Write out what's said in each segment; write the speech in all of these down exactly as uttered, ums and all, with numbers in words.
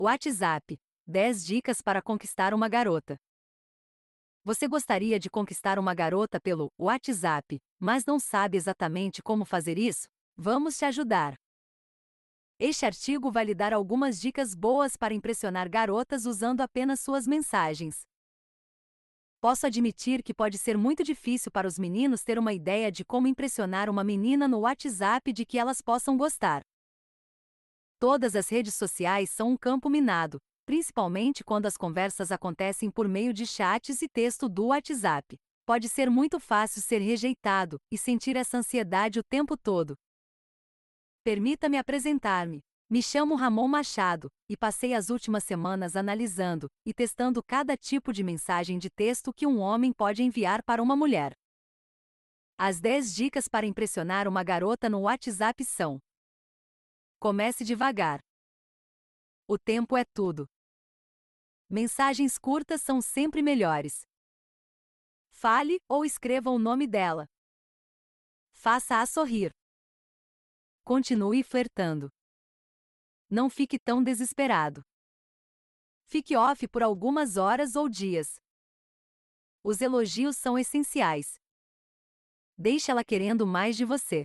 WhatsApp. dez dicas para conquistar uma garota. Você gostaria de conquistar uma garota pelo WhatsApp, mas não sabe exatamente como fazer isso? Vamos te ajudar. Este artigo vai lhe dar algumas dicas boas para impressionar garotas usando apenas suas mensagens. Posso admitir que pode ser muito difícil para os meninos ter uma ideia de como impressionar uma menina no WhatsApp de que elas possam gostar. Todas as redes sociais são um campo minado, principalmente quando as conversas acontecem por meio de chats e texto do WhatsApp. Pode ser muito fácil ser rejeitado e sentir essa ansiedade o tempo todo. Permita-me apresentar-me. Me chamo Ramon Machado, e passei as últimas semanas analisando e testando cada tipo de mensagem de texto que um homem pode enviar para uma mulher. As dez dicas para impressionar uma garota no WhatsApp são: comece devagar. O tempo é tudo. Mensagens curtas são sempre melhores. Fale ou escreva o nome dela. Faça-a sorrir. Continue flertando. Não fique tão desesperado. Fique off por algumas horas ou dias. Os elogios são essenciais. Deixe ela querendo mais de você.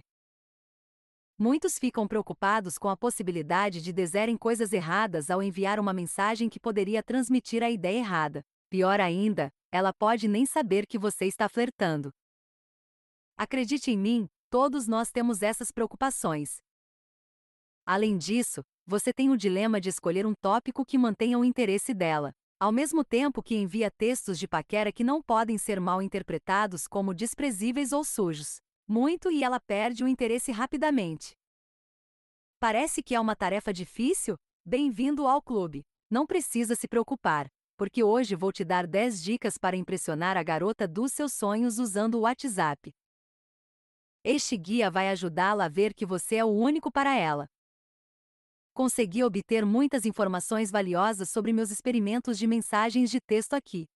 Muitos ficam preocupados com a possibilidade de dizerem coisas erradas ao enviar uma mensagem que poderia transmitir a ideia errada. Pior ainda, ela pode nem saber que você está flertando. Acredite em mim, todos nós temos essas preocupações. Além disso, você tem o dilema de escolher um tópico que mantenha o interesse dela, ao mesmo tempo que envia textos de paquera que não podem ser mal interpretados como desprezíveis ou sujos. Muito e ela perde o interesse rapidamente. Parece que é uma tarefa difícil? Bem-vindo ao clube. Não precisa se preocupar, porque hoje vou te dar dez dicas para impressionar a garota dos seus sonhos usando o WhatsApp. Este guia vai ajudá-la a ver que você é o único para ela. Consegui obter muitas informações valiosas sobre meus experimentos de mensagens de texto aqui.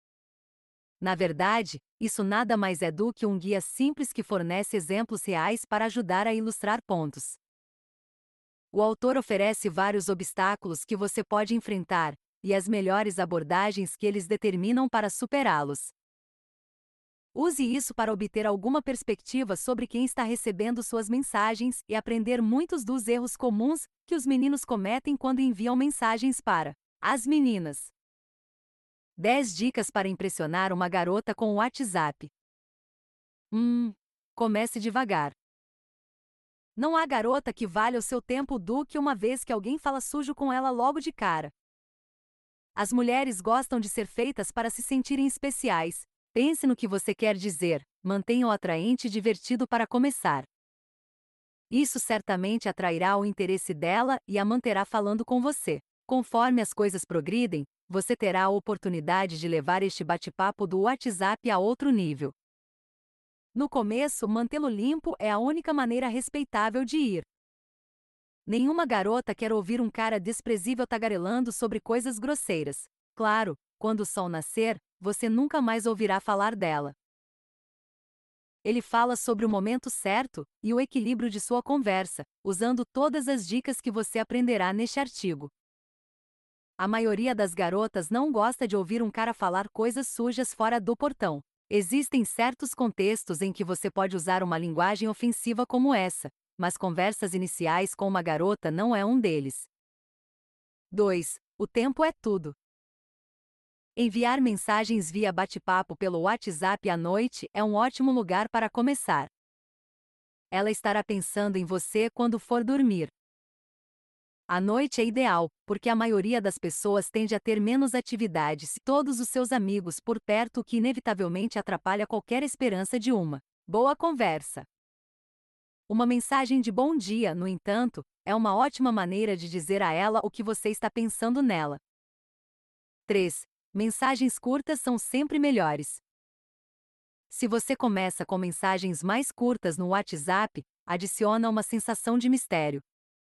Na verdade, isso nada mais é do que um guia simples que fornece exemplos reais para ajudar a ilustrar pontos. O autor oferece vários obstáculos que você pode enfrentar, e as melhores abordagens que eles determinam para superá-los. Use isso para obter alguma perspectiva sobre quem está recebendo suas mensagens e aprender muitos dos erros comuns que os meninos cometem quando enviam mensagens para as meninas. dez dicas para impressionar uma garota com o WhatsApp. Hum, comece devagar. Não há garota que valha o seu tempo do que uma vez que alguém fala sujo com ela logo de cara. As mulheres gostam de ser feitas para se sentirem especiais. Pense no que você quer dizer, mantenha-o atraente e divertido para começar. Isso certamente atrairá o interesse dela e a manterá falando com você. Conforme as coisas progridem, você terá a oportunidade de levar este bate-papo do WhatsApp a outro nível. No começo, mantê-lo limpo é a única maneira respeitável de ir. Nenhuma garota quer ouvir um cara desprezível tagarelando sobre coisas grosseiras. Claro, quando o sol nascer, você nunca mais ouvirá falar dela. Ele fala sobre o momento certo e o equilíbrio de sua conversa, usando todas as dicas que você aprenderá neste artigo. A maioria das garotas não gosta de ouvir um cara falar coisas sujas fora do portão. Existem certos contextos em que você pode usar uma linguagem ofensiva como essa, mas conversas iniciais com uma garota não é um deles. dois. O tempo é tudo. Enviar mensagens via bate-papo pelo WhatsApp à noite é um ótimo lugar para começar. Ela estará pensando em você quando for dormir. A noite é ideal, porque a maioria das pessoas tende a ter menos atividades e todos os seus amigos por perto, o que inevitavelmente atrapalha qualquer esperança de uma boa conversa. Uma mensagem de bom dia, no entanto, é uma ótima maneira de dizer a ela o que você está pensando nela. três. Mensagens curtas são sempre melhores. Se você começa com mensagens mais curtas no WhatsApp, adiciona uma sensação de mistério.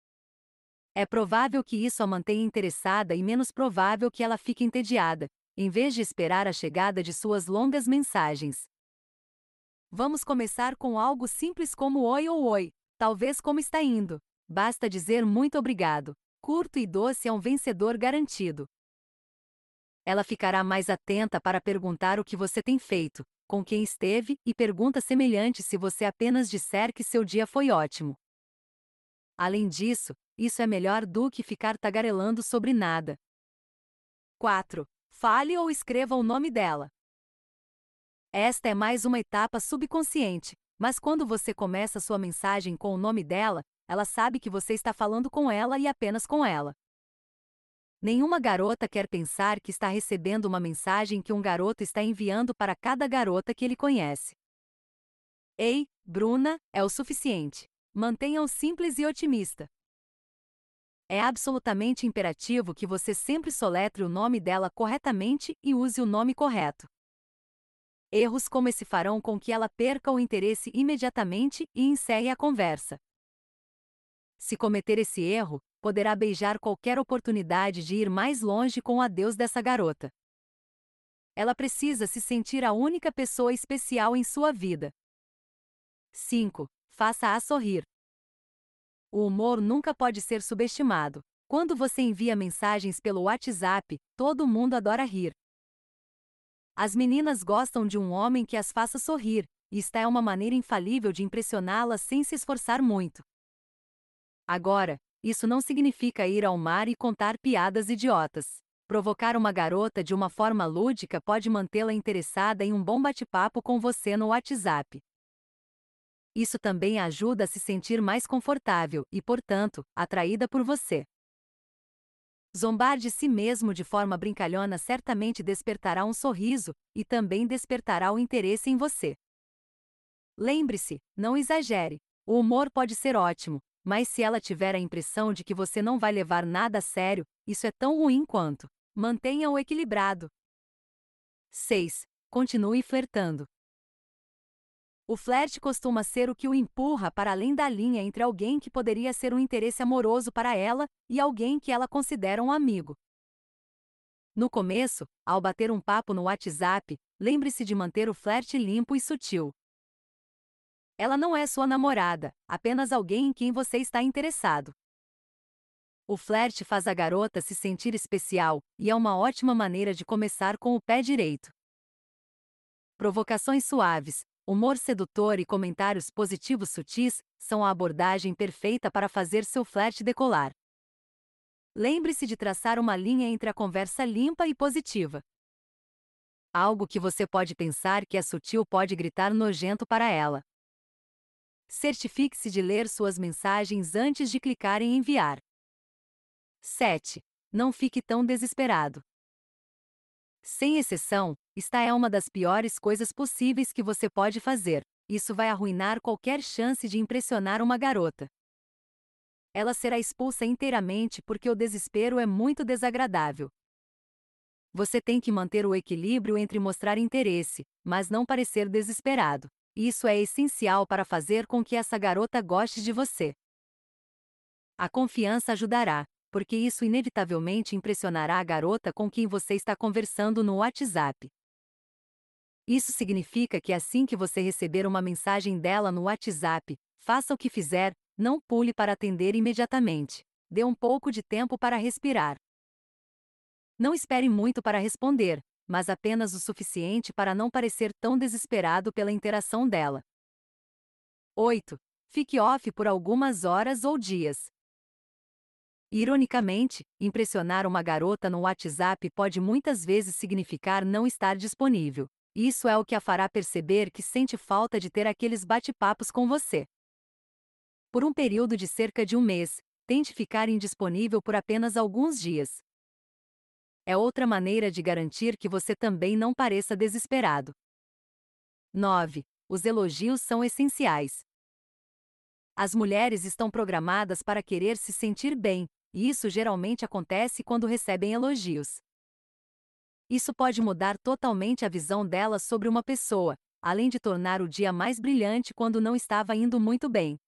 É provável que isso a mantenha interessada e menos provável que ela fique entediada, em vez de esperar a chegada de suas longas mensagens. Vamos começar com algo simples como oi ou oi, talvez como está indo. Basta dizer muito obrigado. curto e doce é um vencedor garantido. Ela ficará mais atenta para perguntar o que você tem feito, com quem esteve, e perguntas semelhantes se você apenas disser que seu dia foi ótimo. Além disso, isso é melhor do que ficar tagarelando sobre nada. quatro. Fale ou escreva o nome dela. Esta é mais uma etapa subconsciente, mas quando você começa sua mensagem com o nome dela, ela sabe que você está falando com ela e apenas com ela. Nenhuma garota quer pensar que está recebendo uma mensagem que um garoto está enviando para cada garota que ele conhece. Ei, Bruna, é o suficiente. Mantenha-o simples e otimista. É absolutamente imperativo que você sempre soletre o nome dela corretamente e use o nome correto. Erros como esse farão com que ela perca o interesse imediatamente e encerre a conversa. Se cometer esse erro, poderá beijar qualquer oportunidade de ir mais longe com o adeus dessa garota. Ela precisa se sentir a única pessoa especial em sua vida. cinco. Faça-a sorrir. O humor nunca pode ser subestimado. Quando você envia mensagens pelo WhatsApp, todo mundo adora rir. As meninas gostam de um homem que as faça sorrir, e esta é uma maneira infalível de impressioná-las sem se esforçar muito. Agora, isso não significa ir ao mar e contar piadas idiotas. Provocar uma garota de uma forma lúdica pode mantê-la interessada em um bom bate-papo com você no WhatsApp. Isso também a ajuda a se sentir mais confortável e, portanto, atraída por você. Zombar de si mesmo de forma brincalhona certamente despertará um sorriso e também despertará o interesse em você. Lembre-se, não exagere. O humor pode ser ótimo, mas se ela tiver a impressão de que você não vai levar nada a sério, isso é tão ruim quanto. Mantenha-o equilibrado. seis. Continue flertando. O flerte costuma ser o que o empurra para além da linha entre alguém que poderia ser um interesse amoroso para ela e alguém que ela considera um amigo. No começo, ao bater um papo no WhatsApp, lembre-se de manter o flerte limpo e sutil. Ela não é sua namorada, apenas alguém em quem você está interessado. O flerte faz a garota se sentir especial, e é uma ótima maneira de começar com o pé direito. Provocações suaves, humor sedutor e comentários positivos sutis são a abordagem perfeita para fazer seu flerte decolar. Lembre-se de traçar uma linha entre a conversa limpa e positiva. Algo que você pode pensar que é sutil pode gritar nojento para ela. Certifique-se de ler suas mensagens antes de clicar em enviar. sete. Não fique tão desesperado. Sem exceção, esta é uma das piores coisas possíveis que você pode fazer. Isso vai arruinar qualquer chance de impressionar uma garota. Ela será expulsa inteiramente porque o desespero é muito desagradável. Você tem que manter o equilíbrio entre mostrar interesse, mas não parecer desesperado. Isso é essencial para fazer com que essa garota goste de você. A confiança ajudará, porque isso inevitavelmente impressionará a garota com quem você está conversando no WhatsApp. Isso significa que assim que você receber uma mensagem dela no WhatsApp, faça o que fizer, não pule para atender imediatamente. Dê um pouco de tempo para respirar. Não espere muito para responder, mas apenas o suficiente para não parecer tão desesperado pela interação dela. oito. Fique off por algumas horas ou dias. Ironicamente, impressionar uma garota no WhatsApp pode muitas vezes significar não estar disponível. Isso é o que a fará perceber que sente falta de ter aqueles bate-papos com você. Por um período de cerca de um mês, tente ficar indisponível por apenas alguns dias. É outra maneira de garantir que você também não pareça desesperado. nove. Os elogios são essenciais. As mulheres estão programadas para querer se sentir bem, e isso geralmente acontece quando recebem elogios. Isso pode mudar totalmente a visão delas sobre uma pessoa, além de tornar o dia mais brilhante quando não estava indo muito bem.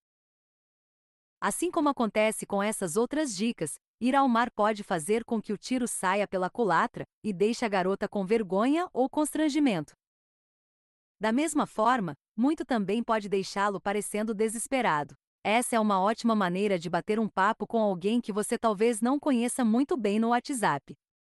Assim como acontece com essas outras dicas, ir ao mar pode fazer com que o tiro saia pela culatra e deixe a garota com vergonha ou constrangimento. Da mesma forma, muito também pode deixá-lo parecendo desesperado. Essa é uma ótima maneira de bater um papo com alguém que você talvez não conheça muito bem no WhatsApp.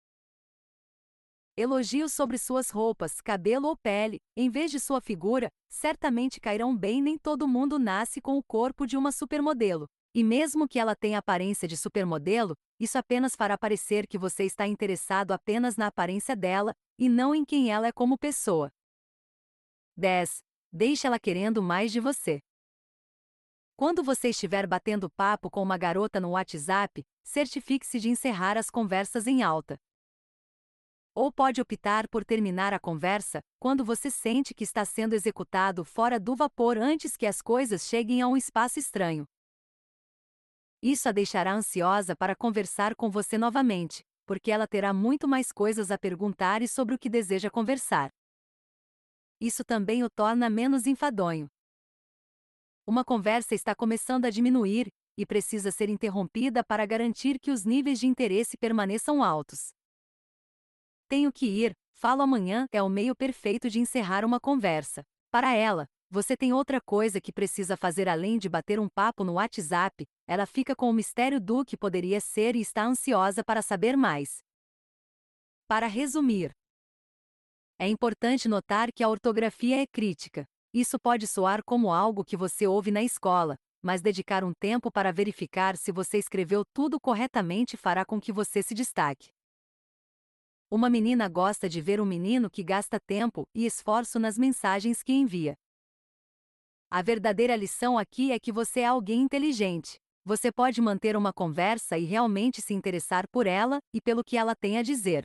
Elogios sobre suas roupas, cabelo ou pele, em vez de sua figura, certamente cairão bem. Nem todo mundo nasce com o corpo de uma supermodelo. E mesmo que ela tenha aparência de supermodelo, isso apenas fará parecer que você está interessado apenas na aparência dela, e não em quem ela é como pessoa. dez. Deixe ela querendo mais de você. Quando você estiver batendo papo com uma garota no WhatsApp, certifique-se de encerrar as conversas em alta. Ou pode optar por terminar a conversa quando você sente que está sendo executado fora do vapor antes que as coisas cheguem a um espaço estranho. Isso a deixará ansiosa para conversar com você novamente, porque ela terá muito mais coisas a perguntar e sobre o que deseja conversar. Isso também o torna menos enfadonho. Uma conversa está começando a diminuir e precisa ser interrompida para garantir que os níveis de interesse permaneçam altos. Tenho que ir, falo amanhã é o meio perfeito de encerrar uma conversa. Para ela, você tem outra coisa que precisa fazer além de bater um papo no WhatsApp, ela fica com o mistério do que poderia ser e está ansiosa para saber mais. Para resumir, é importante notar que a ortografia é crítica. Isso pode soar como algo que você ouve na escola, mas dedicar um tempo para verificar se você escreveu tudo corretamente fará com que você se destaque. Uma menina gosta de ver um menino que gasta tempo e esforço nas mensagens que envia. A verdadeira lição aqui é que você é alguém inteligente. Você pode manter uma conversa e realmente se interessar por ela e pelo que ela tem a dizer.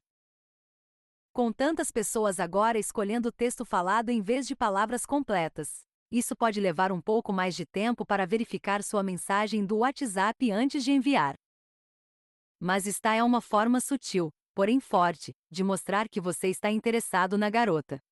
Com tantas pessoas agora escolhendo texto falado em vez de palavras completas, isso pode levar um pouco mais de tempo para verificar sua mensagem do WhatsApp antes de enviar. Mas esta é uma forma sutil, porém forte, de mostrar que você está interessado na garota.